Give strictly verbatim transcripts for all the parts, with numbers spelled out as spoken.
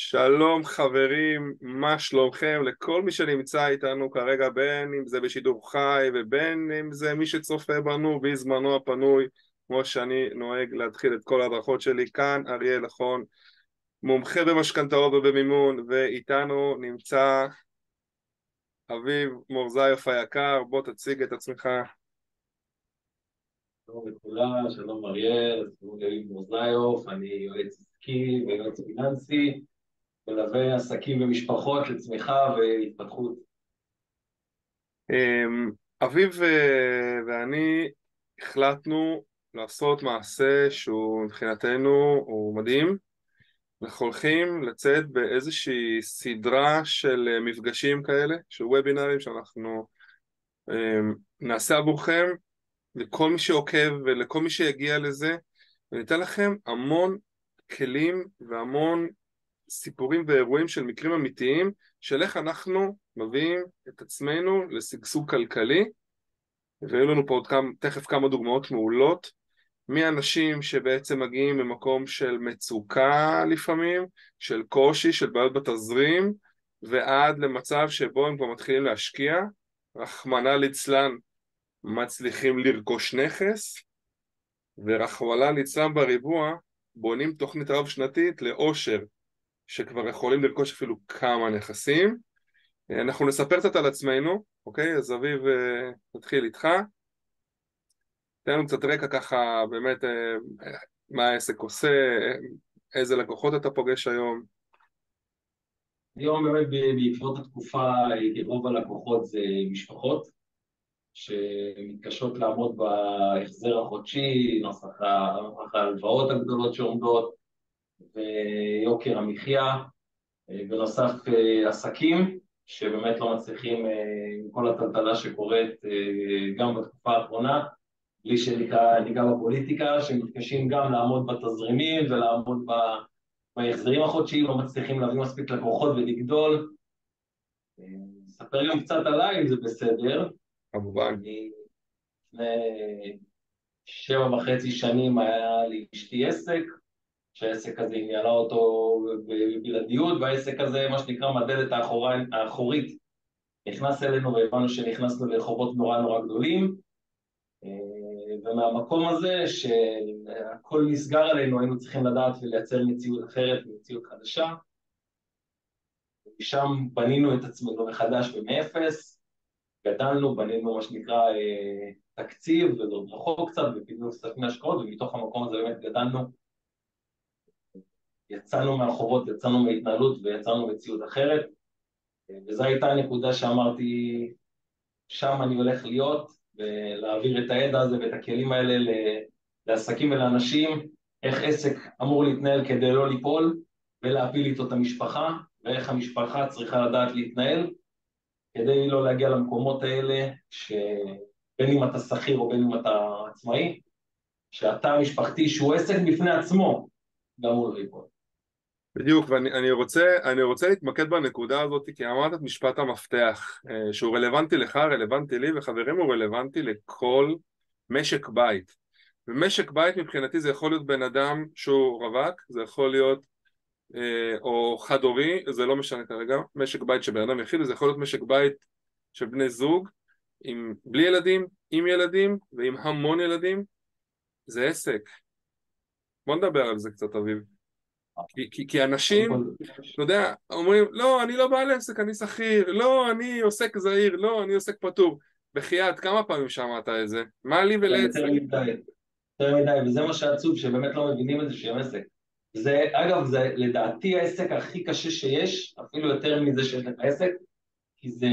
שלום חברים, מה שלומכם? לכל מי שנמצא איתנו כרגע, בין אם זה בשידור חי ובין אם זה מי שצופה בנו בזמנו הפנוי, כמו שאני נוהג להתחיל את כל ההדרכות שלי. כאן אריאל לחון, מומחה במשכנתאות ובמימון, ואיתנו נמצא אביב מורזיוף היקר. בוא תציג את עצמך. שלום לכולם, שלום אריאל, שלום אביב מורזיוף, אני יועץ עסקי ויועץ פיננסי, מלווה עסקים ומשפחות לצמיחה והתפתחות. אמ, אביב אה, ואני החלטנו לעשות מעשה שהוא מבחינתנו הוא מדהים. אנחנו הולכים לצאת באיזושהי סדרה של אה, מפגשים כאלה, של וובינרים שאנחנו אמ, נעשה עבורכם, לכל מי שעוקב ולכל מי שיגיע לזה, וניתן לכם המון כלים והמון סיפורים ואירועים של מקרים אמיתיים של איך אנחנו מביאים את עצמנו לשגשוג כלכלי. והיו לנו פה עוד כמה, תכף כמה דוגמאות מעולות, מאנשים שבעצם מגיעים ממקום של מצוקה לפעמים, של קושי, של בעיות בתזרים, ועד למצב שבו הם כבר מתחילים להשקיע, רחמנא ליצלן מצליחים לרכוש נכס, ורחמנא ליצלן בריבוע בונים תוכנית רב שנתית לאושר, שכבר יכולים לרכוש אפילו כמה נכסים. אנחנו נספר קצת על עצמנו, אוקיי? אז אביב, אה, נתחיל איתך. תן לנו קצת רקע ככה, באמת, אה, מה העסק עושה, אה, איזה לקוחות אתה פוגש היום. היום באמת ב- בעקבות התקופה, רוב הלקוחות זה משפחות שמתקשות לעמוד בהחזר החודשי, נוסח ה- נוסח ההלוואות הגדולות שעומדות ויוקר המחיה, בנוסף עסקים שבאמת לא מצליחים עם כל הטלטלה שקורית גם בתקופה האחרונה, בלי שניגע בפוליטיקה, שמתקשים גם לעמוד בתזרימים ולעמוד בהחזרים החודשיים, לא מצליחים להביא מספיק לקוחות ולגדול. אספר גם קצת עליי, אם זה בסדר. כמובן. אני לפני שבע וחצי שנים היה לי אשתי עסק, שהעסק הזה היא ניהלה אותו בבלעדיות, והעסק הזה, מה שנקרא, מהדלת האחורית, נכנס אלינו והבנו שנכנסנו לחובות נורא נורא גדולים, ומהמקום הזה שהכל נסגר עלינו, היינו צריכים לדעת ולייצר מציאות אחרת, מציאות חדשה. ושם בנינו את עצמנו מחדש ומאפס, גדלנו, בנינו מה שנקרא תקציב, וזה עוד רחוק קצת, ופיתנו כספים להשקעות, ומתוך המקום הזה באמת גדלנו, יצאנו מהחובות, יצאנו מהתנהלות ויצאנו מציאות אחרת, וזו הייתה הנקודה שאמרתי, שם אני הולך להיות, ולהעביר את הידע הזה ואת הכלים האלה לעסקים ולאנשים, איך עסק אמור להתנהל כדי לא ליפול, ולהפיל איתו את המשפחה, ואיך המשפחה צריכה לדעת להתנהל, כדי לא להגיע למקומות האלה, שבין אם אתה שכיר או בין אם אתה עצמאי, שאתה משפחתי שהוא עסק בפני עצמו, גם הוא לא ייפול. בדיוק, ואני אני רוצה, אני רוצה להתמקד בנקודה הזאת, כי אמרת את משפט המפתח, אה, שהוא רלוונטי לך, רלוונטי לי, וחברים, הוא רלוונטי לכל משק בית. ומשק בית מבחינתי זה יכול להיות בן אדם שהוא רווק, זה יכול להיות אה, או חד הורי, זה לא משנה כרגע, משק בית שבן אדם יחיד, זה יכול להיות משק בית של בני זוג, עם, בלי ילדים, עם ילדים ועם המון ילדים, זה עסק. בוא נדבר על זה קצת, אביב. כי, כי, כי קודם אנשים, כל, אתה יודע, אומרים, לא, אני לא בעל עסק, אני שכיר, לא, אני עוסק זעיר, לא, אני עוסק פטור. בחייאת, כמה פעמים שמעת את זה? מה לי יותר ולעסק? מדי, יותר מדי, וזה מה שעצוב, שבאמת לא מבינים את זה שהם עסק. זה, אגב, זה לדעתי העסק הכי קשה שיש, אפילו יותר מזה שיש לך עסק, כי זה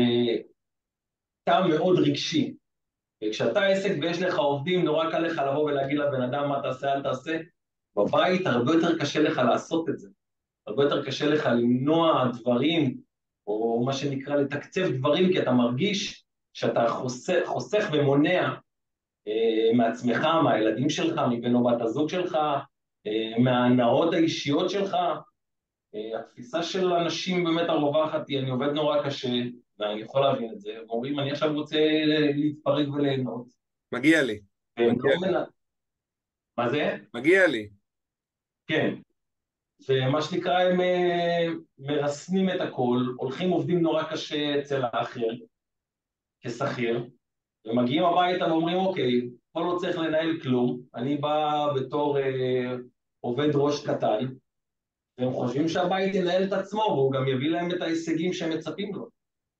טעם מאוד רגשי. וכשאתה עסק ויש לך עובדים, נורא קל לך לבוא ולהגיד לבן אדם מה תעשה, אל תעשה. בבית הרבה יותר קשה לך לעשות את זה. הרבה יותר קשה לך למנוע דברים, או מה שנקרא לתקצב דברים, כי אתה מרגיש שאתה חוסך, חוסך ומונע אה, מעצמך, מהילדים שלך, מבן או בת הזוג שלך, אה, מההנאות האישיות שלך. אה, התפיסה של אנשים באמת הרווחת היא, אני עובד נורא קשה, ואני יכול להבין את זה, ואומרים, אני עכשיו רוצה להתפרק וליהנות, מגיע לי, והם מגיע לא לי, מנ... מה זה? מגיע לי. כן. ומה שנקרא, הם אה, מרסנים את הכל, הולכים עובדים נורא קשה אצל האחר, כשכיר, ומגיעים הביתה ואומרים, אוקיי, פה לא צריך לנהל כלום, אני בא בתור אה, עובד ראש קטן, והם חושבים שהבית ינהל את עצמו, והוא גם יביא להם את ההישגים שהם מצפים לו.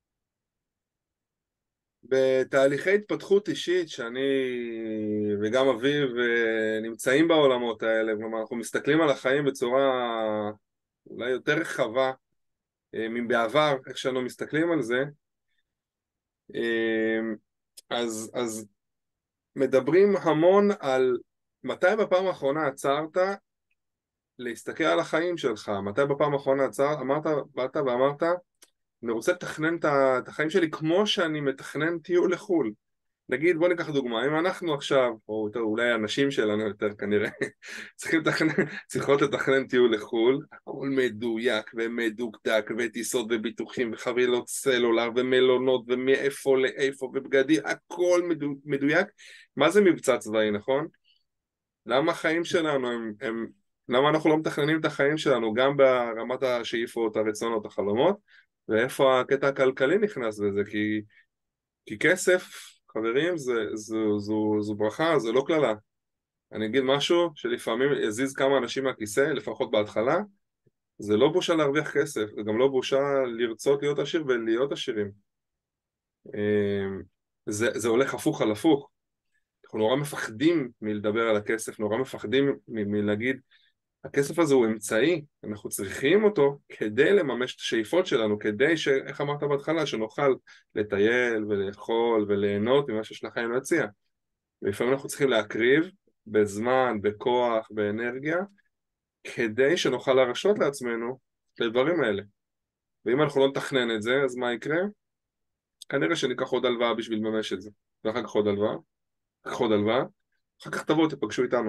בתהליכי התפתחות אישית שאני וגם אביב אה, נמצאים בעולמות האלה, כלומר אנחנו מסתכלים על החיים בצורה אולי יותר רחבה אה, מבעבר, איך שאנו מסתכלים על זה, אה, אז, אז מדברים המון על מתי בפעם האחרונה עצרת להסתכל על החיים שלך, מתי בפעם האחרונה עצרת, אמרת, באת ואמרת, אני רוצה לתכנן את ה- את החיים שלי כמו שאני מתכנן טיול לחו"ל. נגיד, בוא ניקח דוגמה, אם אנחנו עכשיו, או יותר, אולי הנשים שלנו יותר כנראה, צריכים לתכנן, צריכות לתכנן טיול לחו"ל, הכל מדויק ומדוקדק, וטיסות וביטוחים וחבילות סלולר ומלונות ומאיפה לאיפה ובגדים, הכל מדו, מדויק. מה זה מבצע צבאי, נכון? למה החיים שלנו הם, הם, למה אנחנו לא מתכננים את החיים שלנו גם ברמת השאיפות, הרצונות, החלומות, ואיפה הקטע הכלכלי נכנס בזה? כי כי כסף, חברים, זה, זו, זו, זו ברכה, זה לא קללה. אני אגיד משהו שלפעמים יזיז כמה אנשים מהכיסא, לפחות בהתחלה, זה לא בושה להרוויח כסף, זה גם לא בושה לרצות להיות עשיר ולהיות עשירים. אמ, זה, זה הולך הפוך על הפוך. אנחנו נורא מפחדים מלדבר על הכסף, נורא מפחדים מ- מלהגיד, הכסף הזה הוא אמצעי, אנחנו צריכים אותו כדי לממש את השאיפות שלנו, כדי ש, איך אמרת בהתחלה, שנוכל לטייל ולאכול וליהנות ממה שיש לחיים להציע. ולפעמים אנחנו צריכים להקריב בזמן, בכוח, באנרגיה, כדי שנוכל להרשות לעצמנו את הדברים האלה. ואם אנחנו לא נתכנן את זה, אז מה יקרה? כנראה שניקח עוד הלוואה בשביל לממש את זה. ואחר כך עוד הלוואה, אחר כך עוד הלוואה, אחר כך תבואו, תפגשו איתנו.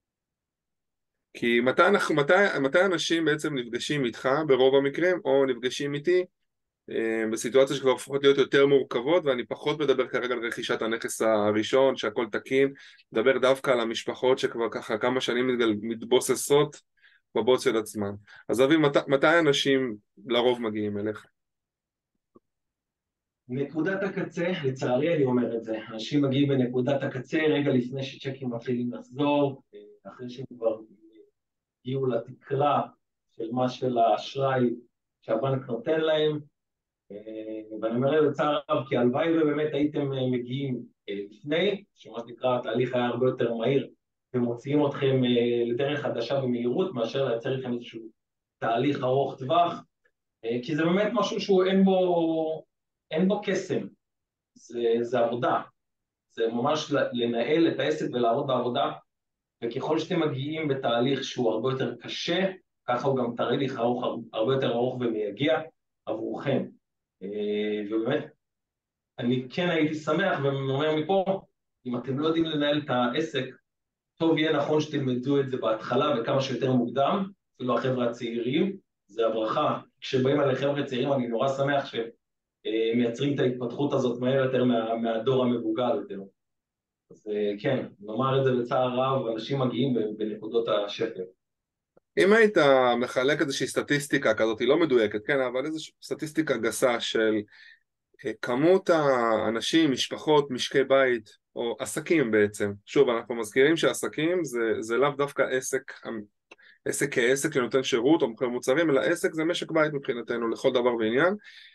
כי מתי, אנחנו, מתי, מתי אנשים בעצם נפגשים איתך ברוב המקרים, או נפגשים איתי אה, בסיטואציה שכבר הופכות להיות יותר מורכבות, ואני פחות מדבר כרגע על רכישת הנכס הראשון, שהכל תקין, מדבר דווקא על המשפחות שכבר ככה כמה שנים מתגל, מתבוססות בבוץ של עצמן. אז אבי, מת, מתי אנשים לרוב מגיעים אליך? נקודת הקצה, לצערי אני אומר את זה, אנשים מגיעים בנקודת הקצה רגע לפני שצ'קים מתחילים לחזור, אחרי שהם כבר הגיעו לתקרה של מה של האשראי שהבנק נותן להם, ואני אומר את זה בצער רב, כי הלוואי ובאמת הייתם מגיעים לפני, שמה שנקרא התהליך היה הרבה יותר מהיר, ומוציאים אתכם לדרך חדשה במהירות, מאשר לייצר לכם איזשהו תהליך ארוך טווח, כי זה באמת משהו שהוא אין בו, אין בו קסם, זה, זה עבודה, זה ממש לנהל את העסק ולעבוד בעבודה, וככל שאתם מגיעים בתהליך שהוא הרבה יותר קשה, ככה הוא גם תהליך ארוך, הרבה יותר ארוך ומייגע עבורכם. ובאמת, אני כן הייתי שמח ואומר מפה, אם אתם לא יודעים לנהל את העסק, טוב יהיה נכון שתלמדו את זה בהתחלה וכמה שיותר מוקדם, אפילו החבר'ה הצעירים, זה הברכה. כשבאים על החבר'ה הצעירים אני נורא שמח שמייצרים את ההתפתחות הזאת מהר יותר מה, מהדור המבוגר יותר. אז כן, נאמר את זה בצער רב, אנשים מגיעים בנקודות השפל. אם היית מחלק איזושהי סטטיסטיקה כזאת, היא לא מדויקת, כן, אבל איזושהי סטטיסטיקה גסה של אה, כמות האנשים, משפחות, משקי בית, או עסקים בעצם. שוב, אנחנו מזכירים שעסקים זה, זה לאו דווקא עסק, עסק כעסק שנותן שירות או מוכר מוצרים, אלא עסק זה משק בית מבחינתנו לכל דבר ועניין,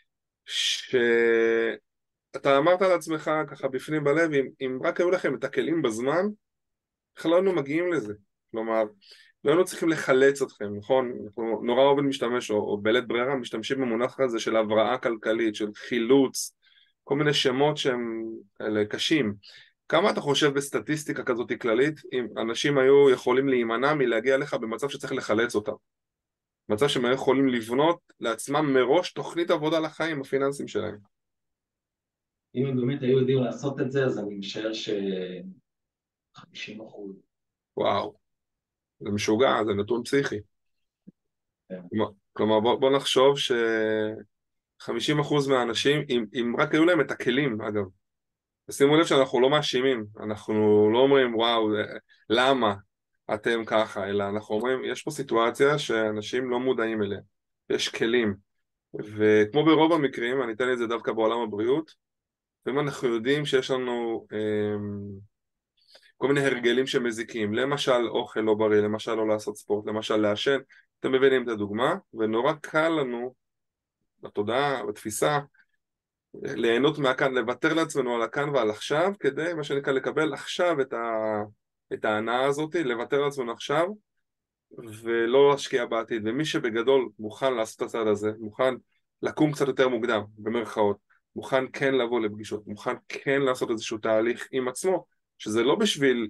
שאתה אמרת לעצמך ככה בפנים בלב, אם, אם רק היו לכם את הכלים בזמן, בכלל לא היינו מגיעים לזה. כלומר, לא היינו צריכים לחלץ אתכם, נכון? אנחנו נורא אוהבים להשתמש, או, או בלית ברירה, משתמשים במונח הזה של הבראה כלכלית, של חילוץ, כל מיני שמות שהם כאלה קשים. כמה אתה חושב בסטטיסטיקה כזאת כללית, אם אנשים היו יכולים להימנע מלהגיע לך במצב שצריך לחלץ אותם? מצב שהם היו יכולים לבנות לעצמם מראש תוכנית עבודה לחיים הפיננסיים שלהם. אם הם באמת היו יודעים לעשות את זה, אז אני משער ש-חמישים אחוז. וואו, זה משוגע, זה נתון פסיכי. כלומר, כלומר, בוא, בוא נחשוב ש-חמישים אחוז מהאנשים, אם, אם רק היו להם את הכלים, אגב, שימו לב שאנחנו לא מאשימים, אנחנו לא אומרים וואו, למה? אתם ככה, אלא אנחנו אומרים, יש פה סיטואציה שאנשים לא מודעים אליה. יש כלים. וכמו ברוב המקרים, אני אתן את זה דווקא בעולם הבריאות, ואם אנחנו יודעים שיש לנו אמ, כל מיני הרגלים שמזיקים, למשל אוכל לא בריא, למשל לא לעשות ספורט, למשל לעשן, אתם מבינים את הדוגמה, ונורא קל לנו בתודעה, בתפיסה, ליהנות מהכאן, לוותר לעצמנו על הכאן ועל עכשיו, כדי מה שנקרא לקבל עכשיו את, ה... את ההנאה הזאת, לוותר לעצמנו עכשיו ולא להשקיע בעתיד. ומי שבגדול מוכן לעשות את הצעד הזה, מוכן לקום קצת יותר מוקדם, במרכאות, מוכן כן לבוא לפגישות, מוכן כן לעשות איזשהו תהליך עם עצמו, שזה לא בשביל,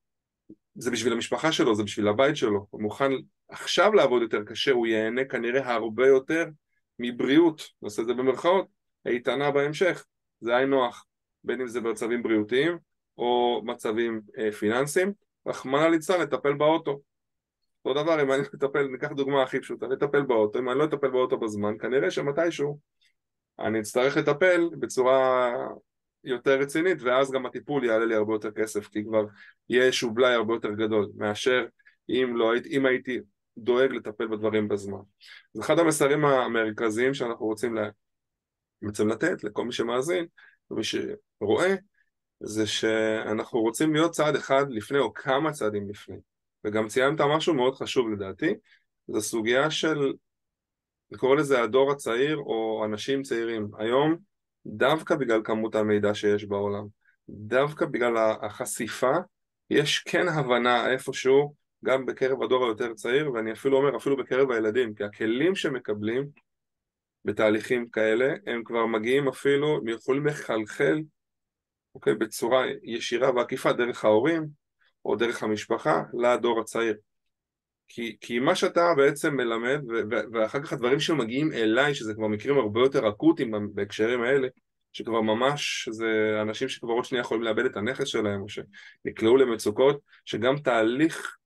זה בשביל המשפחה שלו, זה בשביל הבית שלו, הוא מוכן עכשיו לעבוד יותר קשה, הוא ייהנה כנראה הרבה יותר מבריאות, נעשה את זה במרכאות, איתנה בהמשך, זה היינו נוח, בין אם זה במצבים בריאותיים או מצבים אה, פיננסיים, רחמנא ליצלן לטפל באוטו. אותו דבר אם אני מטפל, ניקח דוגמה הכי פשוטה, לטפל באוטו, אם אני לא אטפל באוטו בזמן, כנראה שמתישהו אני אצטרך לטפל בצורה יותר רצינית, ואז גם הטיפול יעלה לי הרבה יותר כסף, כי כבר יהיה איזשהו בלאי הרבה יותר גדול, מאשר אם, לא, הייתי, אם הייתי דואג לטפל בדברים בזמן. אז אחד המסרים המרכזיים שאנחנו רוצים לה, בעצם לתת לכל מי שמאזין, ומי שרואה, זה שאנחנו רוצים להיות צעד אחד לפני או כמה צעדים לפני. וגם ציינת משהו מאוד חשוב לדעתי, זו סוגיה של, נקרא לזה הדור הצעיר או אנשים צעירים. היום, דווקא בגלל כמות המידע שיש בעולם, דווקא בגלל החשיפה, יש כן הבנה איפשהו, גם בקרב הדור היותר צעיר, ואני אפילו אומר, אפילו בקרב הילדים, כי הכלים שמקבלים בתהליכים כאלה, הם כבר מגיעים אפילו, הם יכולים לחלחל, אוקיי, בצורה ישירה ועקיפה דרך ההורים, או דרך המשפחה, לדור הצעיר. כי, כי מה שאתה בעצם מלמד, ו- ו- ואחר כך הדברים שמגיעים אליי, שזה כבר מקרים הרבה יותר אקוטיים בהקשרים האלה, שכבר ממש זה אנשים שכבר עוד שנייה יכולים לאבד את הנכס שלהם, או שנקלעו למצוקות, שגם תהליך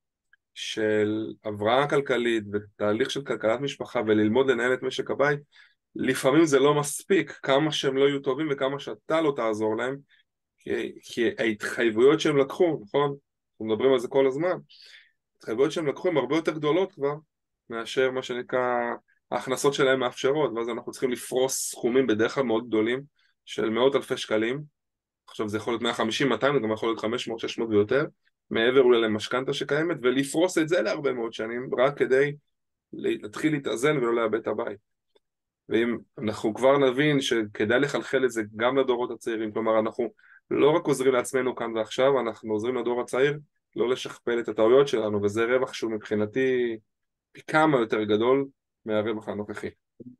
של הבראה כלכלית, ותהליך של כלכלת משפחה, וללמוד לנהל את משק הבית, לפעמים זה לא מספיק, כמה שהם לא יהיו טובים, וכמה שאתה לא תעזור להם, כי, כי ההתחייבויות שהם לקחו, נכון? אנחנו מדברים על זה כל הזמן, התחייבויות שהם לקחו הן הרבה יותר גדולות כבר מאשר מה שנקרא ההכנסות שלהם מאפשרות, ואז אנחנו צריכים לפרוס סכומים בדרך כלל מאוד גדולים של מאות אלפי שקלים. עכשיו זה יכול להיות מאה וחמישים מאתיים, זה גם יכול להיות חמש מאות שש מאות ויותר, מעבר אולי למשכנתה שקיימת, ולפרוס את זה להרבה מאוד שנים רק כדי להתחיל להתאזן ולא לאבד את הבית. ואם אנחנו כבר נבין שכדאי לחלחל את זה גם לדורות הצעירים, כלומר אנחנו לא רק עוזרים לעצמנו כאן ועכשיו, אנחנו עוזרים לדור הצעיר לא לשכפל את הטעויות שלנו, וזה רווח שהוא מבחינתי פי כמה יותר גדול מהרווח הנוכחי.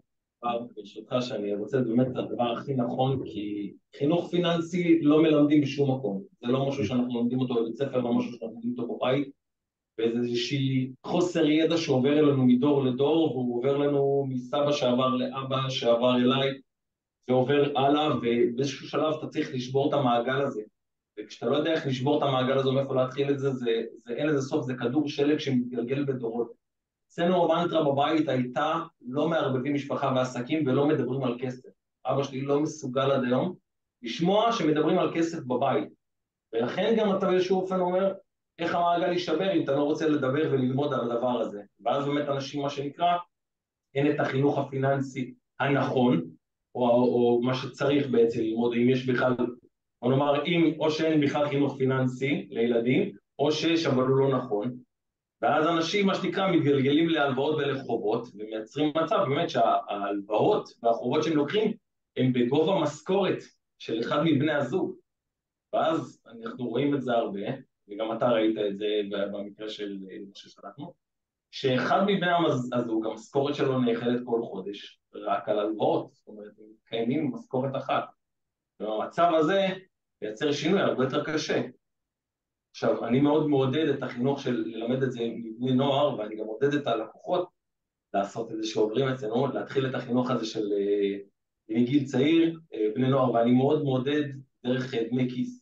ברשותך שאני רוצה באמת את הדבר הכי נכון, כי חינוך פיננסי לא מלמדים בשום מקום. זה לא משהו שאנחנו לומדים אותו בבית ספר, לא משהו שאנחנו לומדים אותו בבית, וזה איזושהי חוסר ידע שעובר אלינו מדור לדור, והוא עובר לנו מסבא שעבר לאבא, שעבר אליי, ועובר הלאה, ובאיזשהו שלב אתה צריך לשבור את המעגל הזה. וכשאתה לא יודע איך לשבור את המעגל הזה, מאיפה להתחיל את זה, זה, זה אין לזה סוף, זה כדור שלג שמתגלגל בדורות. אצלנו המנטרה בבית הייתה לא מערבבים משפחה ועסקים ולא מדברים על כסף. אבא שלי לא מסוגל עד היום לשמוע שמדברים על כסף בבית. ולכן גם אתה באיזשהו אופן אומר, איך המעגל יישבר אם אתה לא רוצה לדבר וללמוד על הדבר הזה. ואז באמת אנשים, מה שנקרא, אין את החינוך הפיננסי הנכון, או, או מה שצריך בעצם ללמוד, אם יש בכלל, או נאמר, אם, או שאין בכלל חינוך פיננסי לילדים, או שיש אבל הוא לא נכון, ואז אנשים, מה שנקרא, מתגלגלים להלוואות ולחובות, ומייצרים מצב באמת שההלוואות והחובות שהם לוקחים הם בגובה משכורת של אחד מבני הזוג. ואז אנחנו רואים את זה הרבה, וגם אתה ראית את זה במקרה של מה ששלחנו, שאחד מבני הזוג, המשכורת שלו נאכלת כל חודש, רק על הלוואות, זאת אומרת, הם קיימים משכורת אחת. ובמצב הזה מייצר שינוי הרבה יותר קשה. עכשיו, אני מאוד מעודד את החינוך של ללמד את זה מבני נוער, ואני גם מעודד את הלקוחות לעשות את זה שעוברים אצלנו, להתחיל את החינוך הזה של מגיל צעיר, בני נוער, ואני מאוד מעודד דרך דמי כיס.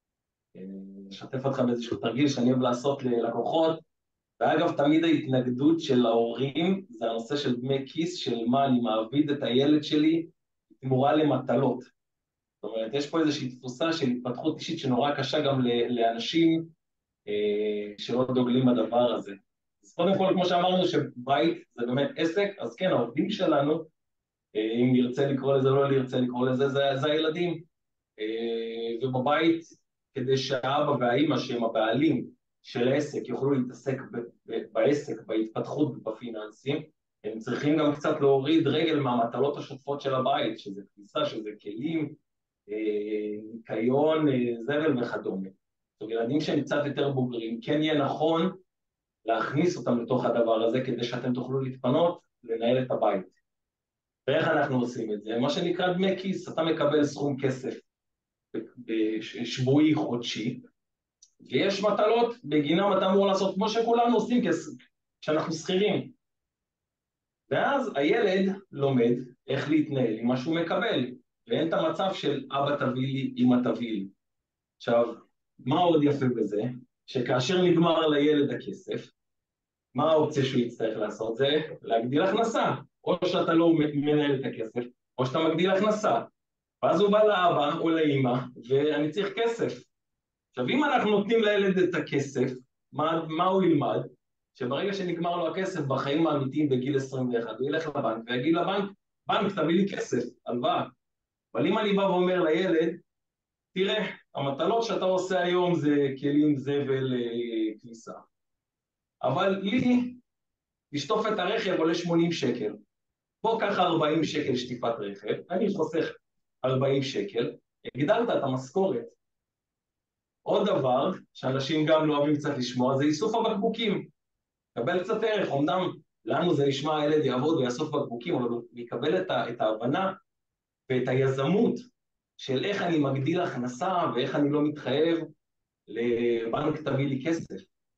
אשתף אותך באיזשהו תרגיל שאני אוהב לעשות ללקוחות, ואגב, תמיד ההתנגדות של ההורים זה הנושא של דמי כיס, של מה אני מעביד את הילד שלי תמורה למטלות. זאת אומרת, יש פה איזושהי תפוסה של התפתחות אישית שנורא קשה גם לאנשים, אה, שלא דוגלים בדבר הזה. אז קודם כל, כמו שאמרנו, שבית זה באמת עסק, אז כן, העובדים שלנו, אה, אם נרצה לקרוא לזה, לא נרצה לקרוא לזה, זה, זה הילדים. אה, ובבית, כדי שהאבא והאימא, שהם הבעלים של העסק, יוכלו להתעסק ב- ב- בעסק, בהתפתחות בפיננסים, הם צריכים גם קצת להוריד רגל מהמטלות השוטפות של הבית, שזה כניסה, שזה כלים, אה, ניקיון, אה, זבל וכדומה. זאת ילדים שהם קצת יותר בוגרים, כן יהיה נכון להכניס אותם לתוך הדבר הזה, כדי שאתם תוכלו להתפנות, לנהל את הבית. ואיך אנחנו עושים את זה? מה שנקרא דמי כיס, אתה מקבל סכום כסף שבועי חודשי, ויש מטלות בגינם אתה אמור לעשות כמו שכולנו עושים כשאנחנו שכירים. ואז הילד לומד איך להתנהל עם מה שהוא מקבל, ואין את המצב של אבא תביא לי, אמא תביא לי. עכשיו, מה עוד יפה בזה? שכאשר נגמר לילד הכסף, מה האופציה שהוא יצטרך לעשות? זה להגדיל הכנסה. או שאתה לא מנהל את הכסף, או שאתה מגדיל הכנסה. ואז הוא בא לאבא או לאמא, ואני צריך כסף. עכשיו, אם אנחנו נותנים לילד את הכסף, מה, מה הוא ילמד? שברגע שנגמר לו הכסף בחיים האמיתיים בגיל עשרים ואחת, הוא ילך לבנק ויגיד לבנק, בנק, תביא לי כסף, הלוואה. אבל אם אני בא ואומר לילד, תראה, המטלות שאתה עושה היום זה כלים זבל אה, כניסה. אבל לי, לשטוף את הרכב עולה שמונים שקל. בוא קח ארבעים שקל שטיפת רכב, אני חוסך ארבעים שקל, הגדלת את המשכורת. עוד דבר, שאנשים גם לא אוהבים קצת לשמוע, זה איסוף הבקבוקים. קבל קצת ערך, אמנם לנו זה נשמע הילד יעבוד ויאסוף בקבוקים, אבל הוא יקבל את, ה, את ההבנה ואת היזמות של איך אני מגדיל הכנסה ואיך אני לא מתחייב לבנק תביא לי כסף.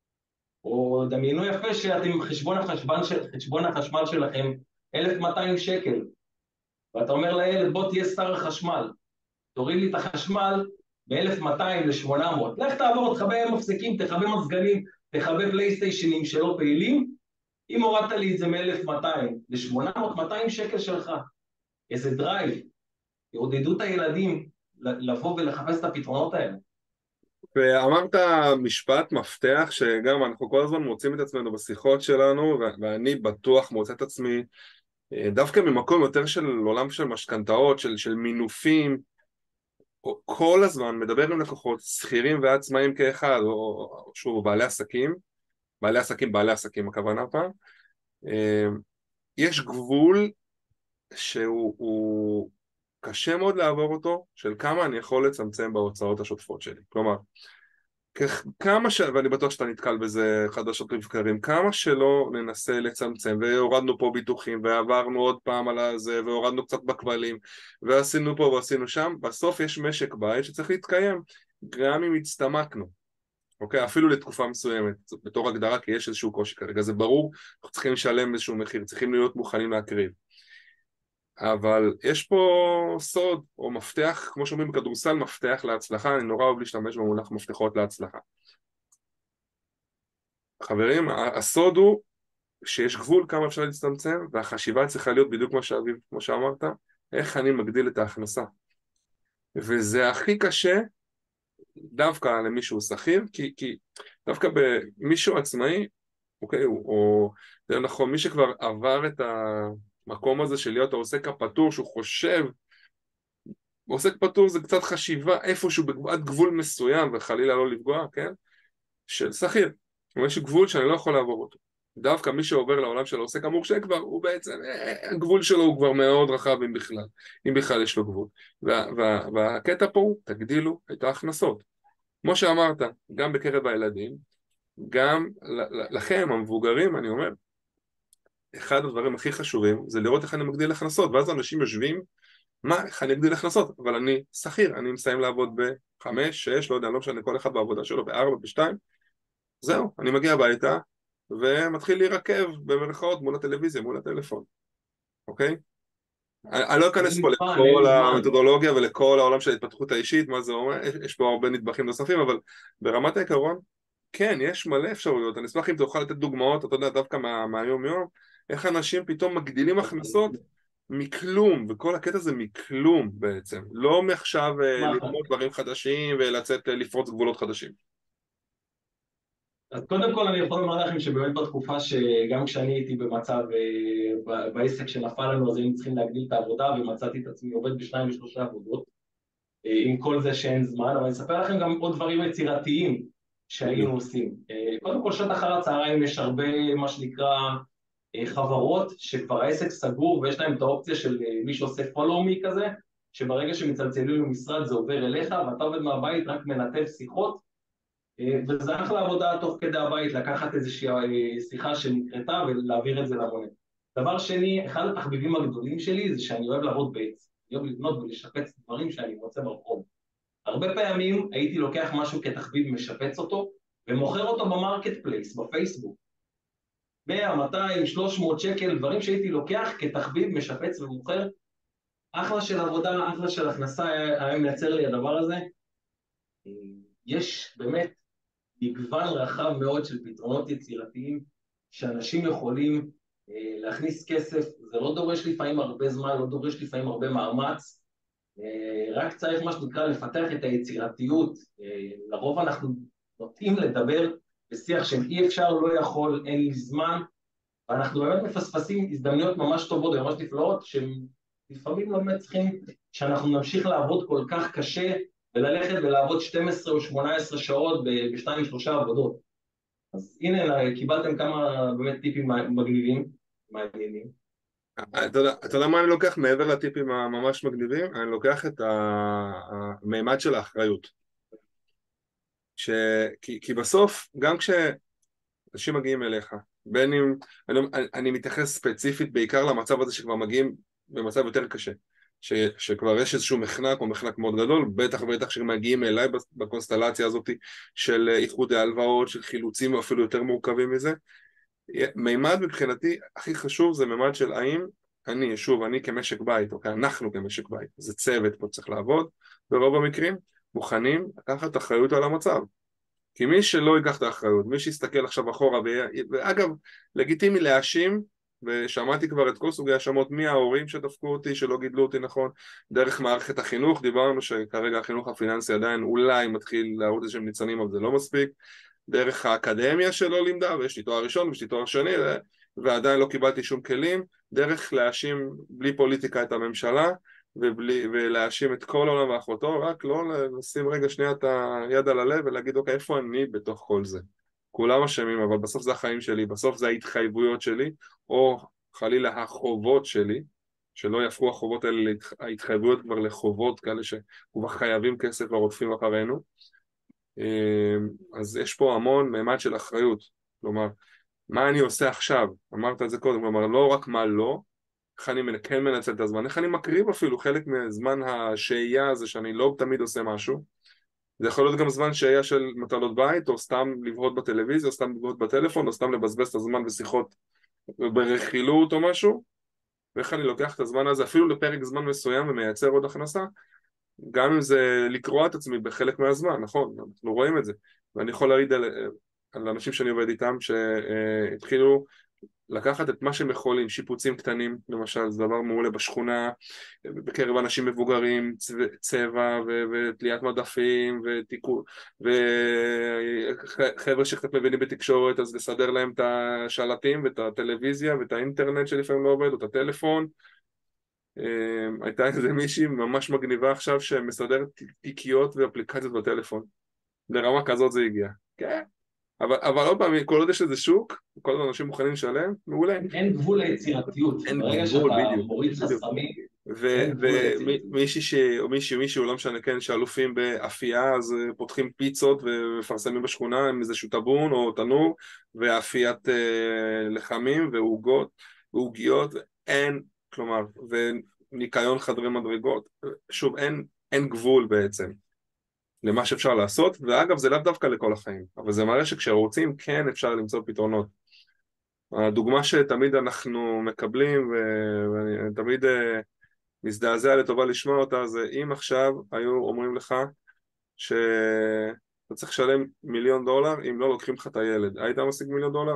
או דמיינו יפה שאתם חשבון החשבון, של, חשבון החשמל שלכם אלף ומאתיים שקל, ואתה אומר לילד בוא תהיה שר החשמל, תוריד לי את החשמל מ-אלף ומאתיים ל-שמונה מאות, לך תעבור, תחבה מפסקים, תחבה מזגנים, תחבה פלייסטיישנים שלא פעילים, אם הורדת לי את זה מ-אלף ומאתיים ל-שמונה מאות, מאתיים שקל שלך, איזה דרייב, יעודדו את הילדים לבוא ולחפש את הפתרונות האלה. ואמרת משפט מפתח שגם אנחנו כל הזמן מוצאים את עצמנו בשיחות שלנו, ואני בטוח מוצא את עצמי דווקא ממקום יותר של עולם של משכנתאות, של, של מינופים, כל הזמן מדבר עם לקוחות, שכירים ועצמאים כאחד, או, או שוב, בעלי עסקים, בעלי עסקים, בעלי עסקים הכוונה פעם, יש גבול שהוא הוא קשה מאוד לעבור אותו, של כמה אני יכול לצמצם בהוצאות השוטפות שלי. כלומר, כמה ש... ואני בטוח שאתה נתקל בזה חדשות לבקרים, כמה שלא ננסה לצמצם, והורדנו פה ביטוחים, ועברנו עוד פעם על הזה, והורדנו קצת בכבלים, ועשינו פה ועשינו שם, בסוף יש משק בית שצריך להתקיים, גם אם הצטמקנו, אוקיי? אפילו לתקופה מסוימת, בתור הגדרה, כי יש איזשהו קושי כרגע, זה ברור, אנחנו צריכים לשלם איזשהו מחיר, צריכים להיות מוכנים להקריב. אבל יש פה סוד או מפתח, כמו שאומרים בכדורסל, מפתח להצלחה, אני נורא אוהב להשתמש במונח מפתחות להצלחה. חברים, הסוד הוא שיש גבול כמה אפשר להצטמצם, והחשיבה צריכה להיות בדיוק מה שאביב, כמו שאמרת, איך אני מגדיל את ההכנסה. וזה הכי קשה דווקא למישהו שכיר, כי, כי דווקא במישהו עצמאי, אוקיי, או זה נכון, מי שכבר עבר את המקום הזה של להיות העוסק הפטור, שהוא חושב, עוסק פטור זה קצת חשיבה איפשהו עד גבול מסוים, וחלילה לא לפגוע, כן? של שכיר. יש גבול שאני לא יכול לעבור אותו. דווקא מי שעובר לעולם של העוסק המורשה כבר, הוא בעצם, הגבול שלו הוא כבר מאוד רחב אם בכלל, אם בכלל יש לו גבול. וה, וה, והקטע פה הוא, תגדילו את ההכנסות. כמו שאמרת, גם בקרב הילדים, גם לכם, המבוגרים, אני אומר, אחד הדברים הכי חשובים זה לראות איך אני מגדיל הכנסות, ואז אנשים יושבים, מה, איך אני אגדיל הכנסות? אבל אני שכיר, אני מסיים לעבוד בחמש, שש, לא יודע, לא משנה, כל אחד בעבודה שלו, בארבע, בשתיים, זהו, אני מגיע הביתה ומתחיל להירקב במרכאות מול הטלוויזיה, מול הטלפון, אוקיי? אני, אני לא אכנס אין פה זמן, אין לכל זמן. המתודולוגיה ולכל העולם של ההתפתחות האישית, מה זה אומר, יש, יש פה הרבה נדבכים נוספים, אבל ברמת העיקרון, כן, יש מלא אפשרויות, אני אשמח אם תוכל לתת דוגמאות, אתה יודע, דווקא מה, מהיום יום, איך אנשים פתאום מגדילים הכנסות מכלום, וכל הקטע זה מכלום בעצם, לא מעכשיו מה, ללמוד דברים חדשים ולצאת לפרוץ גבולות חדשים. אז קודם כל אני יכול לומר לכם שבאמת בתקופה שגם כשאני הייתי במצב, אה, ב- בעסק שנפל לנו, אז היינו צריכים להגדיל את העבודה, ומצאתי את עצמי עובד בשניים ושלושה עבודות, אה, עם כל זה שאין זמן, אבל אני אספר לכם גם עוד דברים יצירתיים שהיינו עושים. אה, קודם כל, שעות אחר הצהריים יש הרבה, מה שנקרא, אה, חברות שכבר העסק סגור ויש להם את האופציה של אה, מי שעושה follow me כזה, שברגע שמצלצלים למשרד זה עובר אליך ואתה עובד מהבית, רק מנתב שיחות, אה, וזה אחלה עבודה תוך כדי הבית, לקחת איזושהי אה, שיחה שנקרתה ולהעביר את זה למונה. דבר שני, אחד התחביבים הגדולים שלי זה שאני אוהב לעבוד בעץ. אני אוהב לבנות ולשפץ דברים שאני מוצא ברחוב. הרבה פעמים הייתי לוקח משהו כתחביב, משפץ אותו, ומוכר אותו במרקט פלייס, בפייסבוק. מאה, מאתיים, שלוש מאות שקל, דברים שהייתי לוקח כתחביב, משפץ ומוכר. אחלה של עבודה, אחלה של הכנסה היה היה מייצר לי הדבר הזה. יש באמת מגוון רחב מאוד של פתרונות יצירתיים שאנשים יכולים אה, להכניס כסף. זה לא דורש לפעמים הרבה זמן, לא דורש לפעמים הרבה מאמץ, אה, רק צריך מה שנקרא לפתח את היצירתיות. אה, לרוב אנחנו נוטים לדבר בשיח של אי אפשר, לא יכול, אין לי זמן, ואנחנו באמת מפספסים הזדמנויות ממש טובות וממש נפלאות, שלפעמים לא באמת צריכים שאנחנו נמשיך לעבוד כל כך קשה, וללכת ולעבוד שתים עשרה או שמונה עשרה שעות בשתיים שלושה עבודות. אז הנה, קיבלתם כמה באמת טיפים מגניבים, מעניינים. אתה יודע, אתה יודע מה אני לוקח מעבר לטיפים הממש מגניבים? אני לוקח את המימד של האחריות. ש... כי, כי בסוף, גם כשאנשים מגיעים אליך, בין אם, אני, אני מתייחס ספציפית בעיקר למצב הזה שכבר מגיעים במצב יותר קשה, ש, שכבר יש איזשהו מחנק או מחנק מאוד גדול, בטח ובטח שמגיעים אליי בקונסטלציה הזאת של איחוד ההלוואות, של חילוצים אפילו יותר מורכבים מזה. מימד מבחינתי הכי חשוב זה מימד של האם אני, שוב, אני כמשק בית, אוקיי, אנחנו כמשק בית, זה צוות פה צריך לעבוד, ברוב המקרים מוכנים לקחת אחריות על המצב. כי מי שלא ייקח את האחריות, מי שיסתכל עכשיו אחורה, ואגב, לגיטימי להאשים, ושמעתי כבר את כל סוגי האשמות, מי ההורים שדפקו אותי, שלא גידלו אותי נכון, דרך מערכת החינוך, דיברנו שכרגע החינוך הפיננסי עדיין אולי מתחיל להראות איזשהם ניצנים, אבל זה לא מספיק, דרך האקדמיה שלא לימדה, ויש לי תואר ראשון ויש לי תואר שני, ועדיין לא קיבלתי שום כלים, דרך להאשים בלי פוליטיקה את הממשלה, ובלי, ולהאשים את כל העולם ואחותו, רק לא לשים רגע שנייה את היד על הלב ולהגיד אוקיי, איפה אני בתוך כל זה? כולם אשמים, אבל בסוף זה החיים שלי, בסוף זה ההתחייבויות שלי, או חלילה החובות שלי, שלא יהפכו החובות האלה, ההתחייבויות כבר לחובות כאלה שכבר חייבים כסף ורודפים אחרינו. אז יש פה המון מימד של אחריות, כלומר, מה אני עושה עכשיו? אמרת את זה קודם, כלומר, לא רק מה לא, איך אני כן מנצל את הזמן, איך אני מקריב אפילו חלק מזמן השהייה הזה שאני לא תמיד עושה משהו. זה יכול להיות גם זמן שהייה של מטלות בית, או סתם לבהות בטלוויזיה, או סתם לבהות בטלפון, או סתם לבזבז את הזמן בשיחות ברכילות או משהו, ואיך אני לוקח את הזמן הזה אפילו לפרק זמן מסוים ומייצר עוד הכנסה, גם אם זה לקרוא את עצמי בחלק מהזמן, נכון, אנחנו רואים את זה, ואני יכול להעיד על, על אנשים שאני עובד איתם שהתחילו לקחת את מה שהם יכולים, שיפוצים קטנים, למשל, זה דבר מעולה בשכונה, בקרב אנשים מבוגרים, צבע ותליית מדפים ותיקון, וחבר'ה שקצת מבינים בתקשורת, אז לסדר להם את השלטים ואת הטלוויזיה ואת האינטרנט שלפעמים לא עובד, או את הטלפון. הייתה איזה מישהי ממש מגניבה עכשיו שמסדרת תיקיות ואפליקציות בטלפון. לרמה כזאת זה הגיע. כן. אבל, אבל עוד פעם, כל עוד יש איזה שוק, כל עוד אנשים מוכנים לשלם, מעולה. אין גבול ליצירתיות, אין ברגע גבול, שאתה בדיוק. מוריד בדיוק. חסמים, אין גבול ליצירתיות. ומישהי ש... או מישהו, מישהו, לא משנה, כן, שאלופים באפייה, אז פותחים פיצות ומפרסמים בשכונה עם איזשהו טאבון או תנור, ואפיית אה, לחמים ועוגות, ועוגיות, אין, כלומר, וניקיון חדרי מדרגות, שוב, אין, אין גבול בעצם. למה שאפשר לעשות, ואגב זה לאו דווקא לכל החיים, אבל זה מראה שכשרוצים כן אפשר למצוא פתרונות. הדוגמה שתמיד אנחנו מקבלים, ואני תמיד מזדעזע לטובה לשמוע אותה, זה אם עכשיו היו אומרים לך שאתה צריך לשלם מיליון דולר אם לא לוקחים לך את הילד, היית משיג מיליון דולר?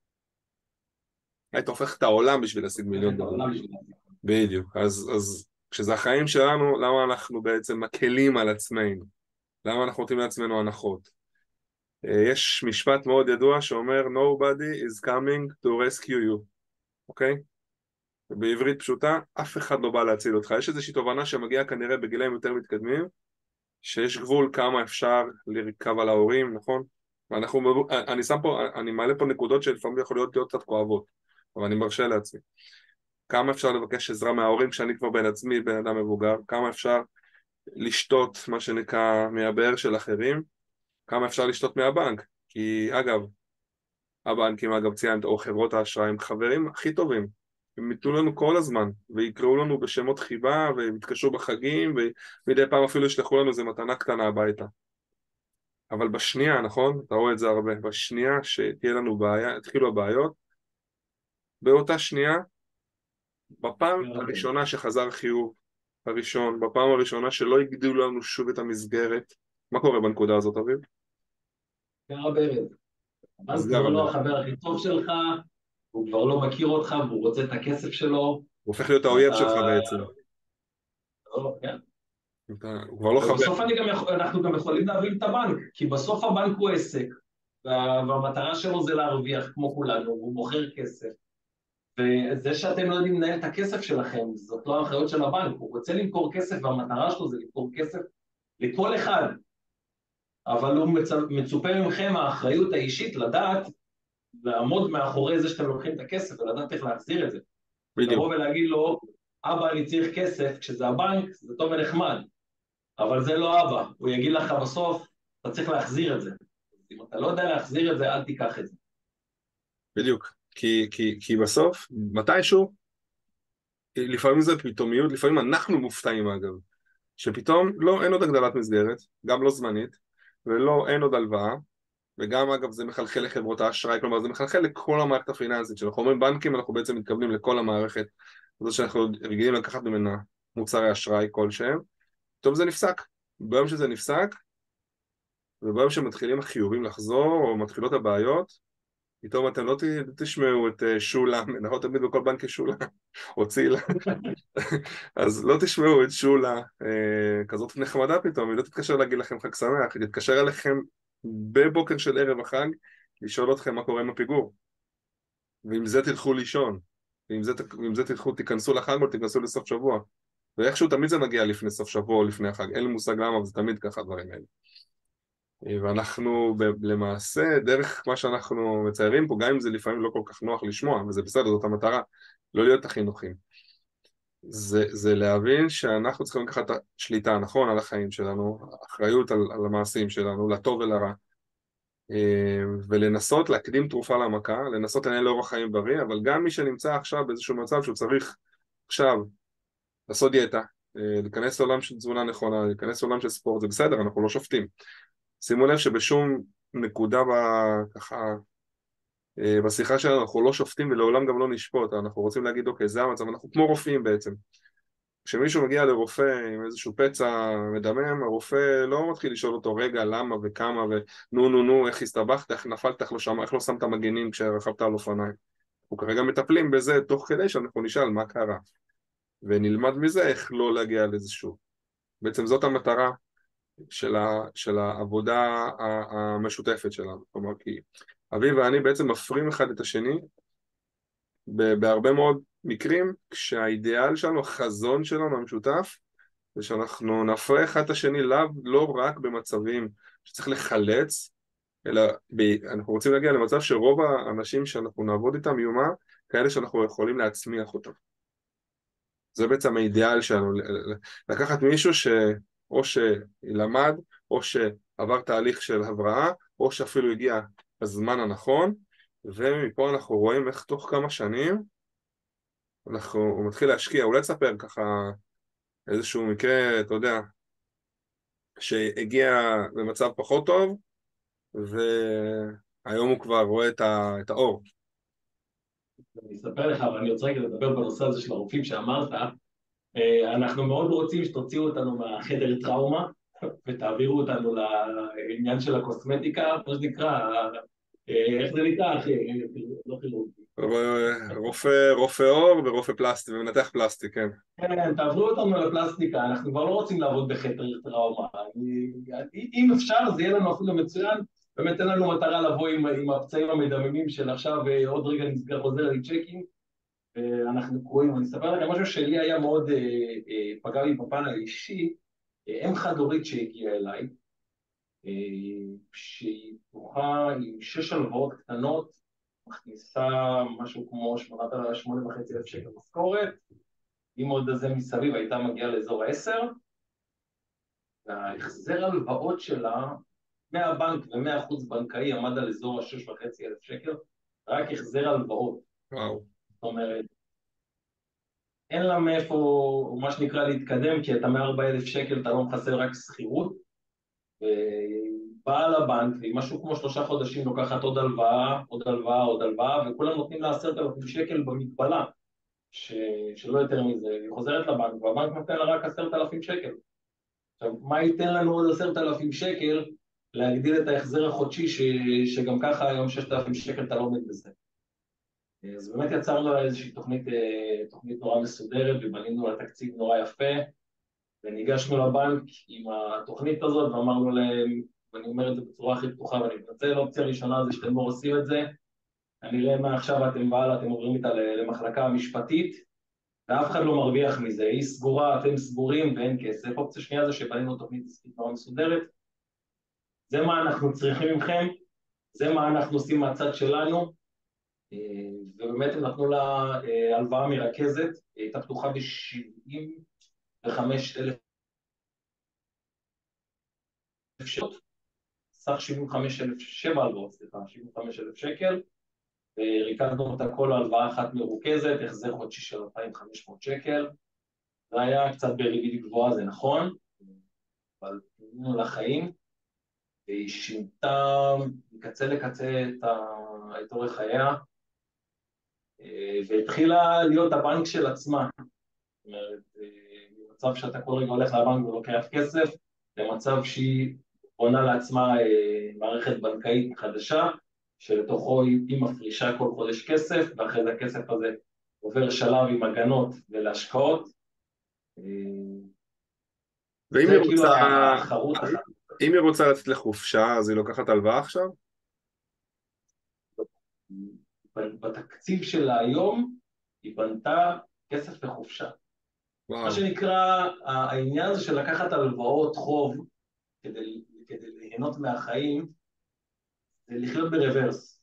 היית הופך את העולם בשביל להשיג מיליון דולר. בדיוק, אז, אז כשזה החיים שלנו, למה אנחנו בעצם מקלים על עצמנו? למה אנחנו נותנים לעצמנו הנחות? אה, יש משפט מאוד ידוע שאומר nobody is coming to rescue you, אוקיי? בעברית פשוטה, אף אחד לא בא להציל אותך. יש איזושהי תובנה שמגיעה כנראה בגילאים יותר מתקדמים, שיש גבול כמה אפשר לרכב על ההורים, נכון? ואנחנו, אני שם פה, אני מעלה פה נקודות שלפעמים יכולות להיות קצת כואבות, אבל אני מרשה לעצמי. כמה אפשר לבקש עזרה מההורים כשאני כבר בן עצמי, בן אדם מבוגר, כמה אפשר לשתות, מה שנקרא, מהבאר של אחרים, כמה אפשר לשתות מהבנק, כי אגב, הבנקים, אגב ציינת, או חברות האשראי, הם חברים הכי טובים, הם ייתנו לנו כל הזמן, ויקראו לנו בשמות חיבה, ויתקשרו בחגים, ומדי פעם אפילו ישלחו לנו איזה מתנה קטנה הביתה. אבל בשנייה, נכון? אתה רואה את זה הרבה, בשנייה שתהיה לנו בעיה, התחילו הבעיות, באותה שנייה, בפעם הראשונה שחזר חיוב הראשון, בפעם הראשונה שלא הגדילו לנו שוב את המסגרת, מה קורה בנקודה הזאת, אביב? גרה ברד. הבנק נסגר כבר לא הבן. החבר הכי טוב שלך, הוא כבר לא מכיר אותך, והוא רוצה את הכסף שלו, הוא הופך להיות האויב ואתה... שלך בעצם. לא, כן. אתה, הוא כבר לא חבר. ובסוף אני גם יכול, אנחנו גם יכולים להבין את הבנק, כי בסוף הבנק הוא עסק, וה, והמטרה שלו זה להרוויח כמו כולנו, הוא מוכר כסף. וזה שאתם לא יודעים לנהל את הכסף שלכם, זאת לא האחריות של הבנק, הוא רוצה למכור כסף, והמטרה שלו זה למכור כסף לכל אחד. אבל הוא מצ... מצופה מכם האחריות האישית לדעת, לעמוד מאחורי זה שאתם לוקחים את הכסף, ולדעת איך להחזיר את זה. בדיוק, ולבוא ולהגיד לו, אבא, אני צריך כסף, כשזה הבנק, זה טוב ונחמד. אבל זה לא אבא, הוא יגיד לך בסוף, אתה צריך להחזיר את זה. אם אתה לא יודע להחזיר את זה, אל תיקח את זה. בדיוק. כי, כי, כי בסוף, מתישהו, לפעמים זה פתאומיות, לפעמים אנחנו מופתעים אגב, שפתאום לא, אין עוד הגדלת מסגרת, גם לא זמנית, ולא, אין עוד הלוואה, וגם אגב זה מחלחל לחברות האשראי, כלומר זה מחלחל לכל המערכת הפיננסית, כשאנחנו אומרים בנקים אנחנו בעצם מתכוונים לכל המערכת, זאת שאנחנו רגילים לקחת ממנה מוצרי אשראי כלשהם, טוב זה נפסק, ביום שזה נפסק, וביום שמתחילים החיובים לחזור, או מתחילות הבעיות, פתאום אתם לא תשמעו את שולה, נכון תמיד בכל בנק יש שולה, או צילה, אז לא תשמעו את שולה אה, כזאת נחמדה פתאום, היא לא תתקשר להגיד לכם חג שמח, היא תתקשר אליכם בבוקר של ערב החג, לשאול אתכם מה קורה עם הפיגור, ועם זה תלכו לישון, ועם זה, ועם זה תלכו, תיכנסו לחג או תיכנסו לסוף שבוע, ואיכשהו תמיד זה מגיע לפני סוף שבוע או לפני החג, אין לי מושג למה, אבל זה תמיד ככה הדברים האלה. ואנחנו ב- למעשה, דרך מה שאנחנו מציירים פה, גם אם זה לפעמים לא כל כך נוח לשמוע, וזה בסדר, זאת המטרה, לא להיות הכי נוחים. זה, זה להבין שאנחנו צריכים לקחת שליטה, נכון, על החיים שלנו, אחריות על, על המעשים שלנו, לטוב ולרע, ולנסות להקדים תרופה למכה, לנסות לנהל אורח חיים בריא, אבל גם מי שנמצא עכשיו באיזשהו מצב שהוא צריך עכשיו לעשות דיאטה, להיכנס לעולם של תזונה נכונה, להיכנס לעולם של ספורט, זה בסדר, אנחנו לא שופטים. שימו לב שבשום נקודה ככה בשיחה שלנו אנחנו לא שופטים ולעולם גם לא נשפוט, אנחנו רוצים להגיד אוקיי זה המצב, אנחנו כמו רופאים בעצם. כשמישהו מגיע לרופא עם איזשהו פצע מדמם, הרופא לא מתחיל לשאול אותו רגע למה וכמה ונו נו נו איך הסתבכת, איך נפלת, איך לא, שם, איך לא שמת מגנים כשרכבת על אופניים. אנחנו כרגע מטפלים בזה תוך כדי שאנחנו נשאל מה קרה ונלמד מזה איך לא להגיע לאיזשהו. בעצם זאת המטרה של, ה, של העבודה המשותפת שלנו. כלומר כי אבי ואני בעצם מפרים אחד את השני בהרבה מאוד מקרים, כשהאידיאל שלנו, החזון שלנו המשותף, זה שאנחנו נפרה אחד את השני לא, לא רק במצבים שצריך לחלץ, אלא ב, אנחנו רוצים להגיע למצב שרוב האנשים שאנחנו נעבוד איתם יהיו מה? כאלה שאנחנו יכולים להצמיח אותם. זה בעצם האידיאל שלנו, לקחת מישהו שאו שלמד, או שעבר תהליך של הבראה, או שאפילו הגיע בזמן הנכון, ומפה אנחנו רואים איך תוך כמה שנים אנחנו, הוא מתחיל להשקיע, אולי תספר ככה איזשהו מקרה, אתה יודע, שהגיע במצב פחות טוב, והיום הוא כבר רואה את, ה, את האור. אני אספר לך, אבל אני רוצה רגע לדבר בנושא הזה של הרופאים שאמרת. אה, אנחנו מאוד רוצים שתוציאו אותנו מהחדר טראומה, ותעבירו אותנו לעניין של הקוסמטיקה, מה שנקרא, אה, איך זה נקרא, אחי? לא כירורגי. רופא, רופא אור ורופא פלסטי, ומנתח פלסטי, כן. כן, תעברו אותנו לפלסטיקה, אנחנו כבר לא רוצים לעבוד בחדר טראומה. אני- אם אפשר, זה יהיה לנו אפילו מצוין, באמת אין לנו מטרה לבוא עם, עם הפצעים המדממים של עכשיו, אה, עוד רגע נסגר חוזר לי צ'קים, ואנחנו קרואים. אני אספר לכם משהו שלי היה מאוד, אה, אה, פגע לי בפן האישי, אה, אם חד הורית שהגיעה אליי, אה, שהיא פתוחה עם שש הלוואות קטנות, מכניסה משהו כמו שמונה וחצי אלף שקל משכורת, אם עוד הזה מסביב הייתה מגיעה לאזור ה-עשר, וההחזר הלוואות שלה מהבנק ומאה אחוז בנקאי עמד על אזור ה-שש וחצי אלף שקל, רק החזר הלוואות. וואו. זאת אומרת, אין לה מאיפה, מה שנקרא, להתקדם, כי אתה מ-ארבעה אלף שקל, אתה לא מחסר רק שכירות, ובאה לבנק, והיא משהו כמו שלושה חודשים לוקחת עוד הלוואה, עוד הלוואה, עוד הלוואה, וכולם נותנים לה עשרת אלפים שקל במגבלה, ש... שלא יותר מזה, היא חוזרת לבנק, והבנק נותן לה רק עשרת אלפים שקל. עכשיו, מה ייתן לנו עוד עשרת אלפים שקל להגדיל את ההחזר החודשי, ש... שגם ככה היום ששת אלפים שקל אתה לא עומד בזה. אז באמת יצרנו לה איזושהי תוכנית, תוכנית נורא מסודרת, ובנינו לה תקציב נורא יפה, וניגשנו לבנק עם התוכנית הזאת, ואמרנו להם, ואני אומר את זה בצורה הכי פתוחה, ואני מתנצל, האופציה הראשונה זה שאתם לא עושים את זה, אני רואה מעכשיו אתם והלאה, אתם עוברים איתה למחלקה המשפטית, ואף אחד לא מרוויח מזה, היא סגורה, אתם סגורים ואין כסף. אופציה שנייה זה שבנינו תוכנית עסקית נורא מסודרת, זה מה אנחנו צריכים מכם, זה מה אנחנו עושים מהצד שלנו, ובאמת הם נתנו לה הלוואה מרכזת, היא הייתה פתוחה ב-שבעים וחמישה אלף שקל, סך שבעים וחמישה אלף, שבע הלוואות, סליחה, שבעים וחמישה אלף שקל, וריכזנו אותה כל הלוואה אחת מרוכזת, החזר חודשי של אלפיים וחמש מאות שקל, זה היה קצת בריבית גבוהה, זה נכון, אבל תנו לחיים, והיא שינתה מקצה לקצה את, ה... את אורך חייה, והתחילה להיות הבנק של עצמה. זאת אומרת, במצב שאתה כל רגע הולך לבנק ולוקח כסף, למצב שהיא בונה לעצמה מערכת בנקאית חדשה, שלתוכו היא מפרישה כל חודש כסף, ואחרי זה הכסף הזה עובר שלב עם הגנות ולהשקעות. ואם היא זה כאילו רוצה, החרוט אחת. אם היא רוצה לצאת לחופשה, אז היא לוקחת הלוואה עכשיו? בתקציב שלה היום, היא בנתה כסף לחופשה. מה וואו. שנקרא, העניין הזה של לקחת הלוואות חוב, כדי, כדי ליהנות מהחיים, זה לחיות ברוורס.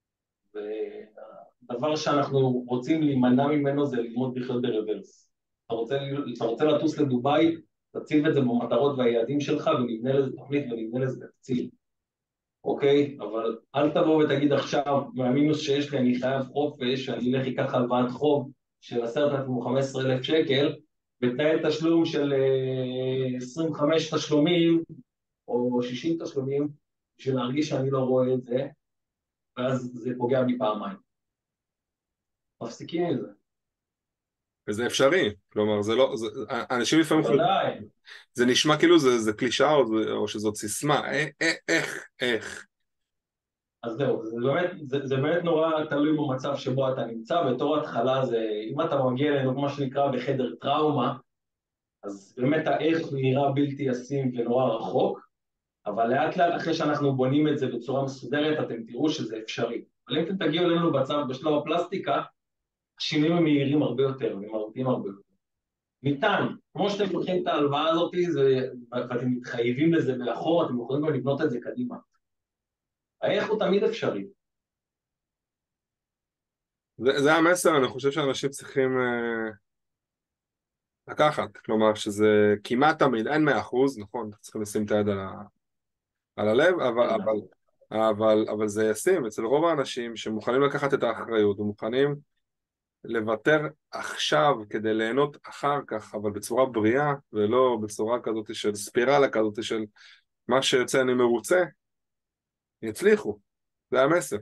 והדבר שאנחנו רוצים להימנע ממנו זה ללמוד לחיות ברוורס. אתה רוצה, אתה רוצה לטוס לדוביי, תציב את זה במטרות והיעדים שלך, ונבנה לזה תוכנית ונבנה לזה תקציב. אוקיי? אבל אל תבוא ותגיד עכשיו, מהמינוס שיש לי, אני חייב חופש, אני אלך אקח הלוואת חוב של עשרת אלפים או חמישה עשר אלף שקל, בתנאי תשלום של עשרים וחמישה תשלומים, או שישים תשלומים, בשביל להרגיש שאני לא רואה את זה, ואז זה פוגע בי פעמיים. מפסיקים עם זה. וזה אפשרי, כלומר, זה לא, זה, אנשים לפעמים חושבים, בוודאי. זה נשמע כאילו זה, זה קלישאה או, זה- או שזאת סיסמה, אה, אה, איך, איך. אז זהו, זה באמת, זה, זה באמת נורא תלוי במצב שבו אתה נמצא, בתור התחלה זה, אם אתה מגיע אלינו, כמו שנקרא, בחדר טראומה, אז באמת האיך נראה בלתי ישים ונורא רחוק, אבל לאט לאט אחרי שאנחנו בונים את זה בצורה מסודרת, אתם תראו שזה אפשרי. אבל אם אתם תגיעו אלינו בצו, בשלב הפלסטיקה, השינויים הם מהירים הרבה יותר, ומהותיים הרבה יותר. ניתן, כמו שאתם לוקחים את ההלוואה הזאת, זה, ואתם מתחייבים לזה מאחור, אתם יכולים גם לבנות את זה קדימה. האיך הוא תמיד אפשרי. זה, זה המסר, אני חושב שאנשים צריכים אה, לקחת, כלומר שזה כמעט תמיד, אין מאה אחוז, נכון, צריכים לשים את היד על, ה, על הלב, אבל, אין אבל, מאחור. אבל, אבל זה ישים אצל רוב האנשים שמוכנים לקחת את האחריות ומוכנים לוותר עכשיו כדי ליהנות אחר כך, אבל בצורה בריאה ולא בצורה כזאת של ספירלה כזאת של מה שיוצא אני מרוצה, יצליחו, זה המסר.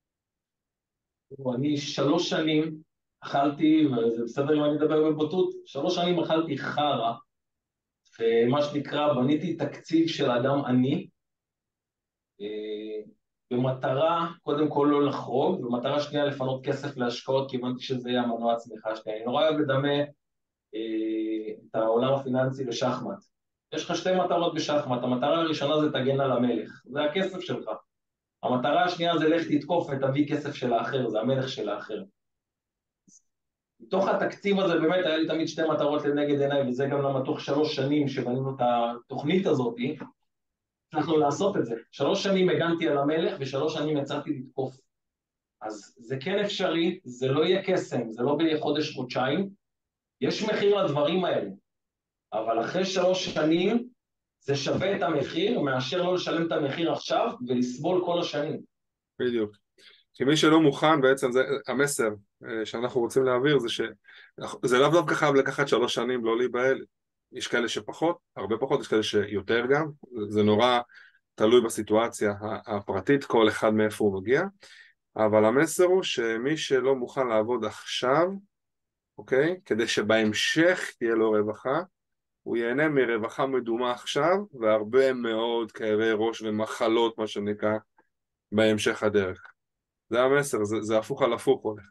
אני שלוש שנים אכלתי, וזה בסדר אם אני אדבר בבוטות, שלוש שנים אכלתי חרא, ומה שנקרא, בניתי תקציב של אדם עני, אה, במטרה, קודם כל לא לחרוג, במטרה שנייה לפנות כסף להשקעות, כי הבנתי שזה יהיה המנוע הצמיחה שלי. אני נורא אוהב לדמה אה, את העולם הפיננסי לשחמט. יש לך שתי מטרות בשחמט, המטרה הראשונה זה תגן על המלך, זה הכסף שלך. המטרה השנייה זה לך תתקוף ותביא כסף של האחר, זה המלך של האחר. מתוך התקציב הזה באמת היה לי תמיד שתי מטרות לנגד עיניי, וזה גם למה תוך שלוש שנים שבנינו את התוכנית הזאת, הצלחנו לעשות את זה. שלוש שנים הגנתי על המלך, ושלוש שנים יצאתי לתקוף. אז זה כן אפשרי, זה לא יהיה קסם, זה לא בחודש, חודשיים, יש מחיר לדברים האלה, אבל אחרי שלוש שנים זה שווה את המחיר, מאשר לא לשלם את המחיר עכשיו ולסבול כל השנים. בדיוק. כי מי שלא מוכן, בעצם זה המסר אה, שאנחנו רוצים להעביר, זה שזה לאו דווקא חייב לקחת שלוש שנים לא להיבהל. יש כאלה שפחות, הרבה פחות, יש כאלה שיותר גם, זה נורא תלוי בסיטואציה הפרטית, כל אחד מאיפה הוא מגיע, אבל המסר הוא שמי שלא מוכן לעבוד עכשיו, אוקיי? כדי שבהמשך תהיה לו רווחה, הוא ייהנה מרווחה מדומה עכשיו, והרבה מאוד כאבי ראש ומחלות, מה שנקרא, בהמשך הדרך. זה המסר, זה, זה הפוך על הפוך הולך.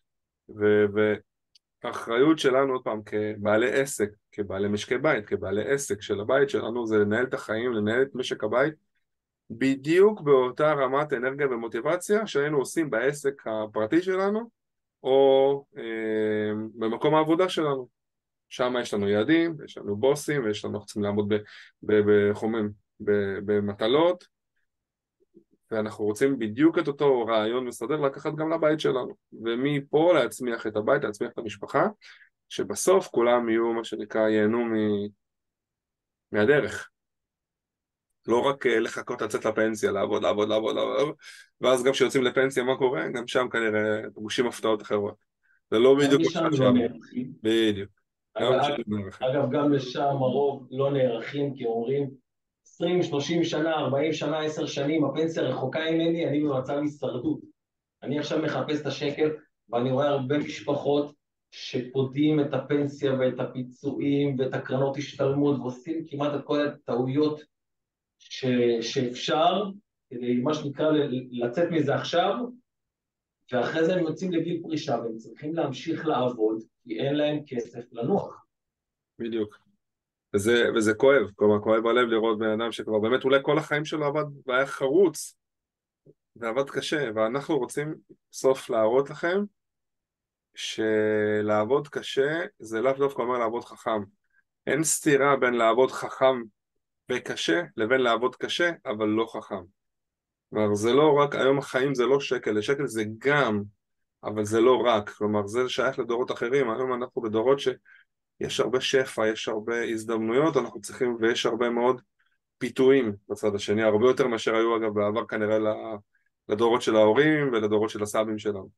והאחריות שלנו, עוד פעם, כבעלי עסק, כבעלי משקי בית, כבעלי עסק של הבית שלנו, זה לנהל את החיים, לנהל את משק הבית, בדיוק באותה רמת אנרגיה ומוטיבציה שהיינו עושים בעסק הפרטי שלנו, או אה, במקום העבודה שלנו. שם יש לנו יעדים, יש לנו בוסים, ויש לנו, אנחנו צריכים לעמוד בחומים, במטלות, ואנחנו רוצים בדיוק את אותו רעיון מסדר לקחת גם לבית שלנו, ומפה להצמיח את הבית, להצמיח את המשפחה, שבסוף כולם יהיו מה שנקרא, ייהנו מ... מהדרך. לא רק לחכות לצאת לפנסיה, לעבוד, לעבוד, לעבוד, לעבוד, ואז גם כשיוצאים לפנסיה, מה קורה? גם שם כנראה פוגשים הפתעות אחרות. זה לא גם בדיוק מה לשם לא שחשבנו. נערכים. בדיוק. גם אגב, כשאתם נערכים. אגב, גם לשם הרוב לא נערכים, כי אומרים, עשרים, שלושים שנה, ארבעים שנה, עשר שנים, הפנסיה רחוקה ממני, אני במצב הישרדות. אני עכשיו מחפש את השקל, ואני רואה הרבה משפחות שפודים את הפנסיה ואת הפיצויים ואת הקרנות השתלמות, ועושים כמעט את כל הטעויות ש... שאפשר, כדי מה שנקרא לצאת מזה עכשיו, ואחרי זה הם יוצאים לגיל פרישה, והם צריכים להמשיך לעבוד, כי אין להם כסף לנוח. בדיוק. וזה, וזה כואב, כלומר כואב בלב לראות בן אדם שכבר באמת אולי כל החיים שלו עבד והיה חרוץ ועבד קשה, ואנחנו רוצים בסוף להראות לכם שלעבוד קשה זה לאו דווקא אומר לעבוד חכם. אין סתירה בין לעבוד חכם וקשה לבין לעבוד קשה אבל לא חכם. כלומר זה לא רק, היום החיים זה לא שקל, לשקל זה גם, אבל זה לא רק, כלומר זה שייך לדורות אחרים, היום אנחנו בדורות שיש הרבה שפע, יש הרבה הזדמנויות, אנחנו צריכים, ויש הרבה מאוד פיתויים בצד השני, הרבה יותר מאשר היו אגב בעבר כנראה לדורות של ההורים ולדורות של הסבים שלנו.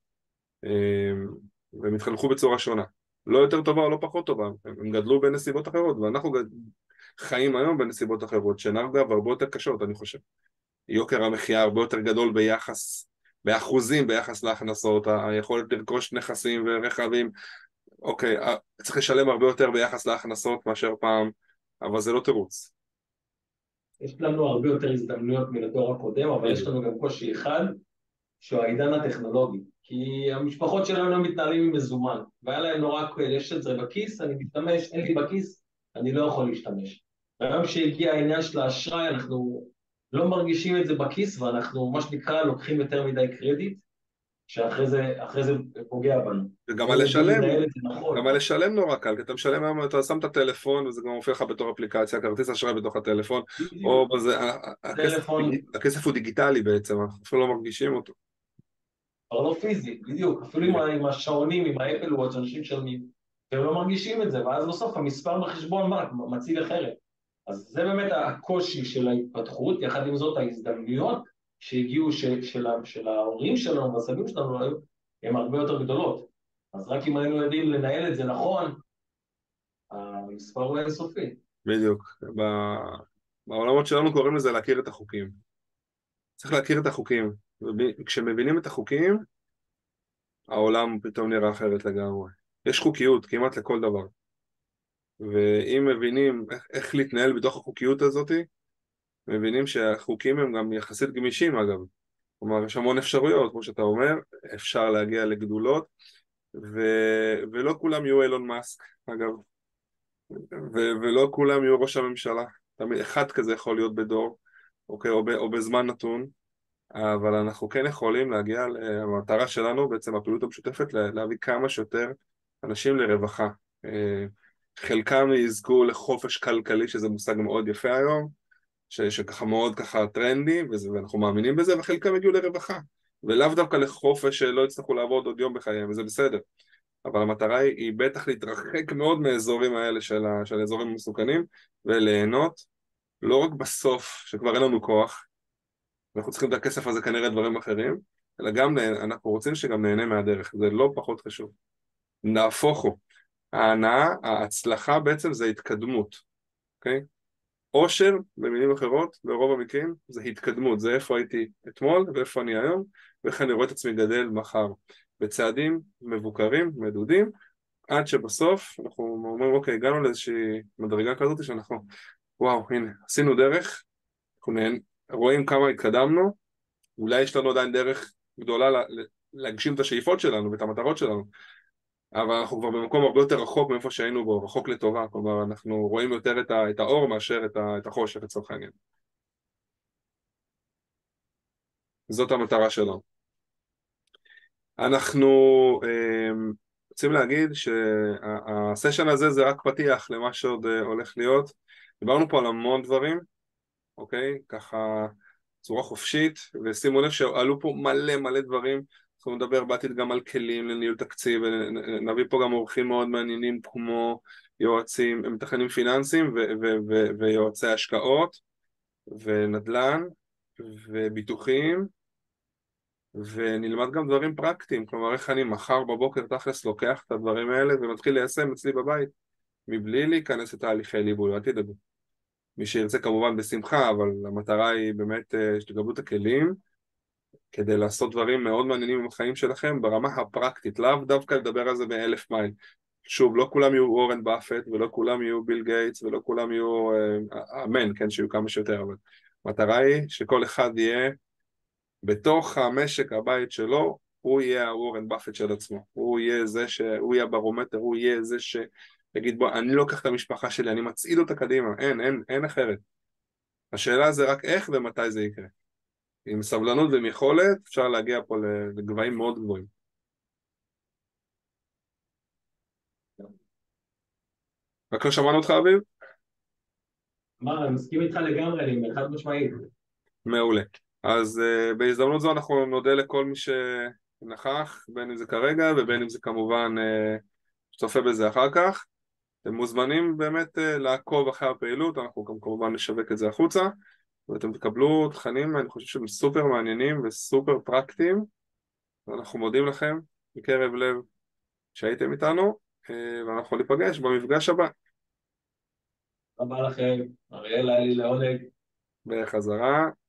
והם התחנכו בצורה שונה. לא יותר טובה או לא פחות טובה, הם גדלו בנסיבות אחרות, ואנחנו חיים היום בנסיבות אחרות, שהן אגב הרבה יותר קשות, אני חושב. יוקר המחיה הרבה יותר גדול ביחס, באחוזים ביחס להכנסות, היכולת לרכוש נכסים ורכבים, אוקיי, צריך לשלם הרבה יותר ביחס להכנסות מאשר פעם, אבל זה לא תירוץ. יש לנו הרבה יותר הזדמנויות מלדור הקודם, אבל יש בדיוק. לנו גם קושי אחד, שהוא העידן הטכנולוגי. כי המשפחות שלנו לא מתנהלים עם מזומן, והיה להם נורא, יש את זה בכיס, אני משתמש, אין לי בכיס, אני לא יכול להשתמש. והיום שהגיע העניין של האשראי, אנחנו לא מרגישים את זה בכיס, ואנחנו, מה שנקרא, לוקחים יותר מדי קרדיט, שאחרי זה, אחרי זה פוגע בנו. וגם על אם יודעים לשלם, לנהל את זה נכון. גם על לשלם נורא קל, כי אתה משלם היום, אתה שם את הטלפון, וזה גם מופיע לך בתור אפליקציה, כרטיס אשראי בתוך הטלפון, או בדיוק, בזה, הכסף, טלפון, הכסף הוא דיגיטלי בעצם, אנחנו אפילו לא מרגישים אותו. כבר לא פיזי, בדיוק, אפילו עם, ה- עם השעונים, עם האפל וואץ', אנשים משלמים, והם לא מרגישים את זה, ואז בסוף המספר בחשבון בנק מציג אחרת. אז זה באמת הקושי של ההתפתחות, יחד עם זאת ההזדמנויות שהגיעו ש, של, ה- של ההורים שלנו והסבים שלנו היו, הן הרבה יותר גדולות. אז רק אם היינו יודעים לנהל את זה נכון, המספר הוא אינסופי. בדיוק. ב- בעולמות שלנו קוראים לזה להכיר את החוקים. צריך להכיר את החוקים, וכשמבינים את החוקים, העולם פתאום נראה אחרת לגמרי. יש חוקיות כמעט לכל דבר. ואם מבינים איך, איך להתנהל בתוך החוקיות הזאת, מבינים שהחוקים הם גם יחסית גמישים אגב. כלומר, יש המון אפשרויות, כמו שאתה אומר, אפשר להגיע לגדולות, ו... ולא כולם יהיו אילון מאסק, אגב, ו... ולא כולם יהיו ראש הממשלה. תמיד אחד כזה יכול להיות בדור, אוקיי, או, ב... או בזמן נתון, אבל אנחנו כן יכולים להגיע, המטרה שלנו בעצם הפעילות המשותפת, להביא כמה שיותר אנשים לרווחה. אה, חלקם יזכו לחופש כלכלי, שזה מושג מאוד יפה היום, ש, שככה מאוד ככה טרנדי, וזה, ואנחנו מאמינים בזה, וחלקם יגיעו לרווחה, ולאו דווקא לחופש שלא יצטרכו לעבוד עוד יום בחייהם, וזה בסדר. אבל המטרה היא, היא בטח להתרחק מאוד מהאזורים האלה של, ה, של האזורים המסוכנים, וליהנות, לא רק בסוף, שכבר אין לנו כוח, אנחנו צריכים את הכסף הזה כנראה דברים אחרים, אלא גם נה- אנחנו רוצים שגם נהנה מהדרך, זה לא פחות חשוב. נהפוך הוא, ההנאה, ההצלחה בעצם זה התקדמות, אוקיי? עושר, במילים אחרות, ברוב המקרים, זה התקדמות, זה איפה הייתי אתמול ואיפה אני היום, ואיך אני רואה את עצמי גדל מחר, בצעדים מבוקרים, מדודים, עד שבסוף אנחנו אומרים, אוקיי, הגענו לאיזושהי מדרגה כזאת שאנחנו, וואו, הנה, עשינו דרך, אנחנו נהן, רואים כמה התקדמנו, אולי יש לנו עדיין דרך גדולה לה, להגשים את השאיפות שלנו ואת המטרות שלנו, אבל אנחנו כבר במקום הרבה יותר רחוק מאיפה שהיינו בו, רחוק לטובה, כלומר אנחנו רואים יותר את, ה, את האור מאשר את, ה, את החושך לצורך העניין. זאת המטרה שלנו. אנחנו אה, רוצים להגיד שהסשן הזה זה רק פתיח למה שעוד אה, הולך להיות. דיברנו פה על המון דברים, אוקיי? ככה צורה חופשית, ושימו לב שעלו פה מלא מלא דברים. אנחנו נדבר בעתיד גם על כלים לניהול תקציב, ונביא פה גם אורחים מאוד מעניינים כמו יועצים, מתכננים פיננסיים ו- ו- ו- ויועצי השקעות ונדל"ן וביטוחים, ונלמד גם דברים פרקטיים, כלומר איך אני מחר בבוקר תכלס לוקח את הדברים האלה ומתחיל ליישם אצלי בבית, מבלי להיכנס לתהליכי ליווי, אל תדאגו. מי שירצה כמובן בשמחה, אבל המטרה היא באמת אה, שתקבלו את הכלים כדי לעשות דברים מאוד מעניינים בחיים שלכם ברמה הפרקטית, לאו דווקא לדבר על זה באלף מייל. שוב, לא כולם יהיו וורן באפט, ולא כולם יהיו ביל גייטס, ולא כולם יהיו, אה, אמן, כן, שיהיו כמה שיותר, אבל המטרה היא שכל אחד יהיה בתוך המשק הבית שלו, הוא יהיה הוורן באפט של עצמו, הוא יהיה זה ש... הוא יהיה ברומטר, הוא יהיה זה שיגיד בוא, אני לוקח את המשפחה שלי, אני מצעיד אותה קדימה, אין, אין, אין אחרת. השאלה זה רק איך ומתי זה יקרה. עם סבלנות ועם יכולת אפשר להגיע פה לגבהים מאוד גבוהים. רק לא שמענו אותך אביב? מה, אני מסכים איתך לגמרי, אני חד משמעית. מעולה. אז uh, בהזדמנות זו אנחנו נודה לכל מי שנכח, בין אם זה כרגע ובין אם זה כמובן uh, שצופה בזה אחר כך. אתם מוזמנים באמת uh, לעקוב אחרי הפעילות, אנחנו גם כמובן נשווק את זה החוצה, ואתם תקבלו תכנים, אני חושב שהם סופר מעניינים וסופר פרקטיים, ואנחנו מודים לכם מקרב לב שהייתם איתנו, uh, ואנחנו ניפגש במפגש הבא. רבה לכם, אריאל, היה לי לעונג. בחזרה.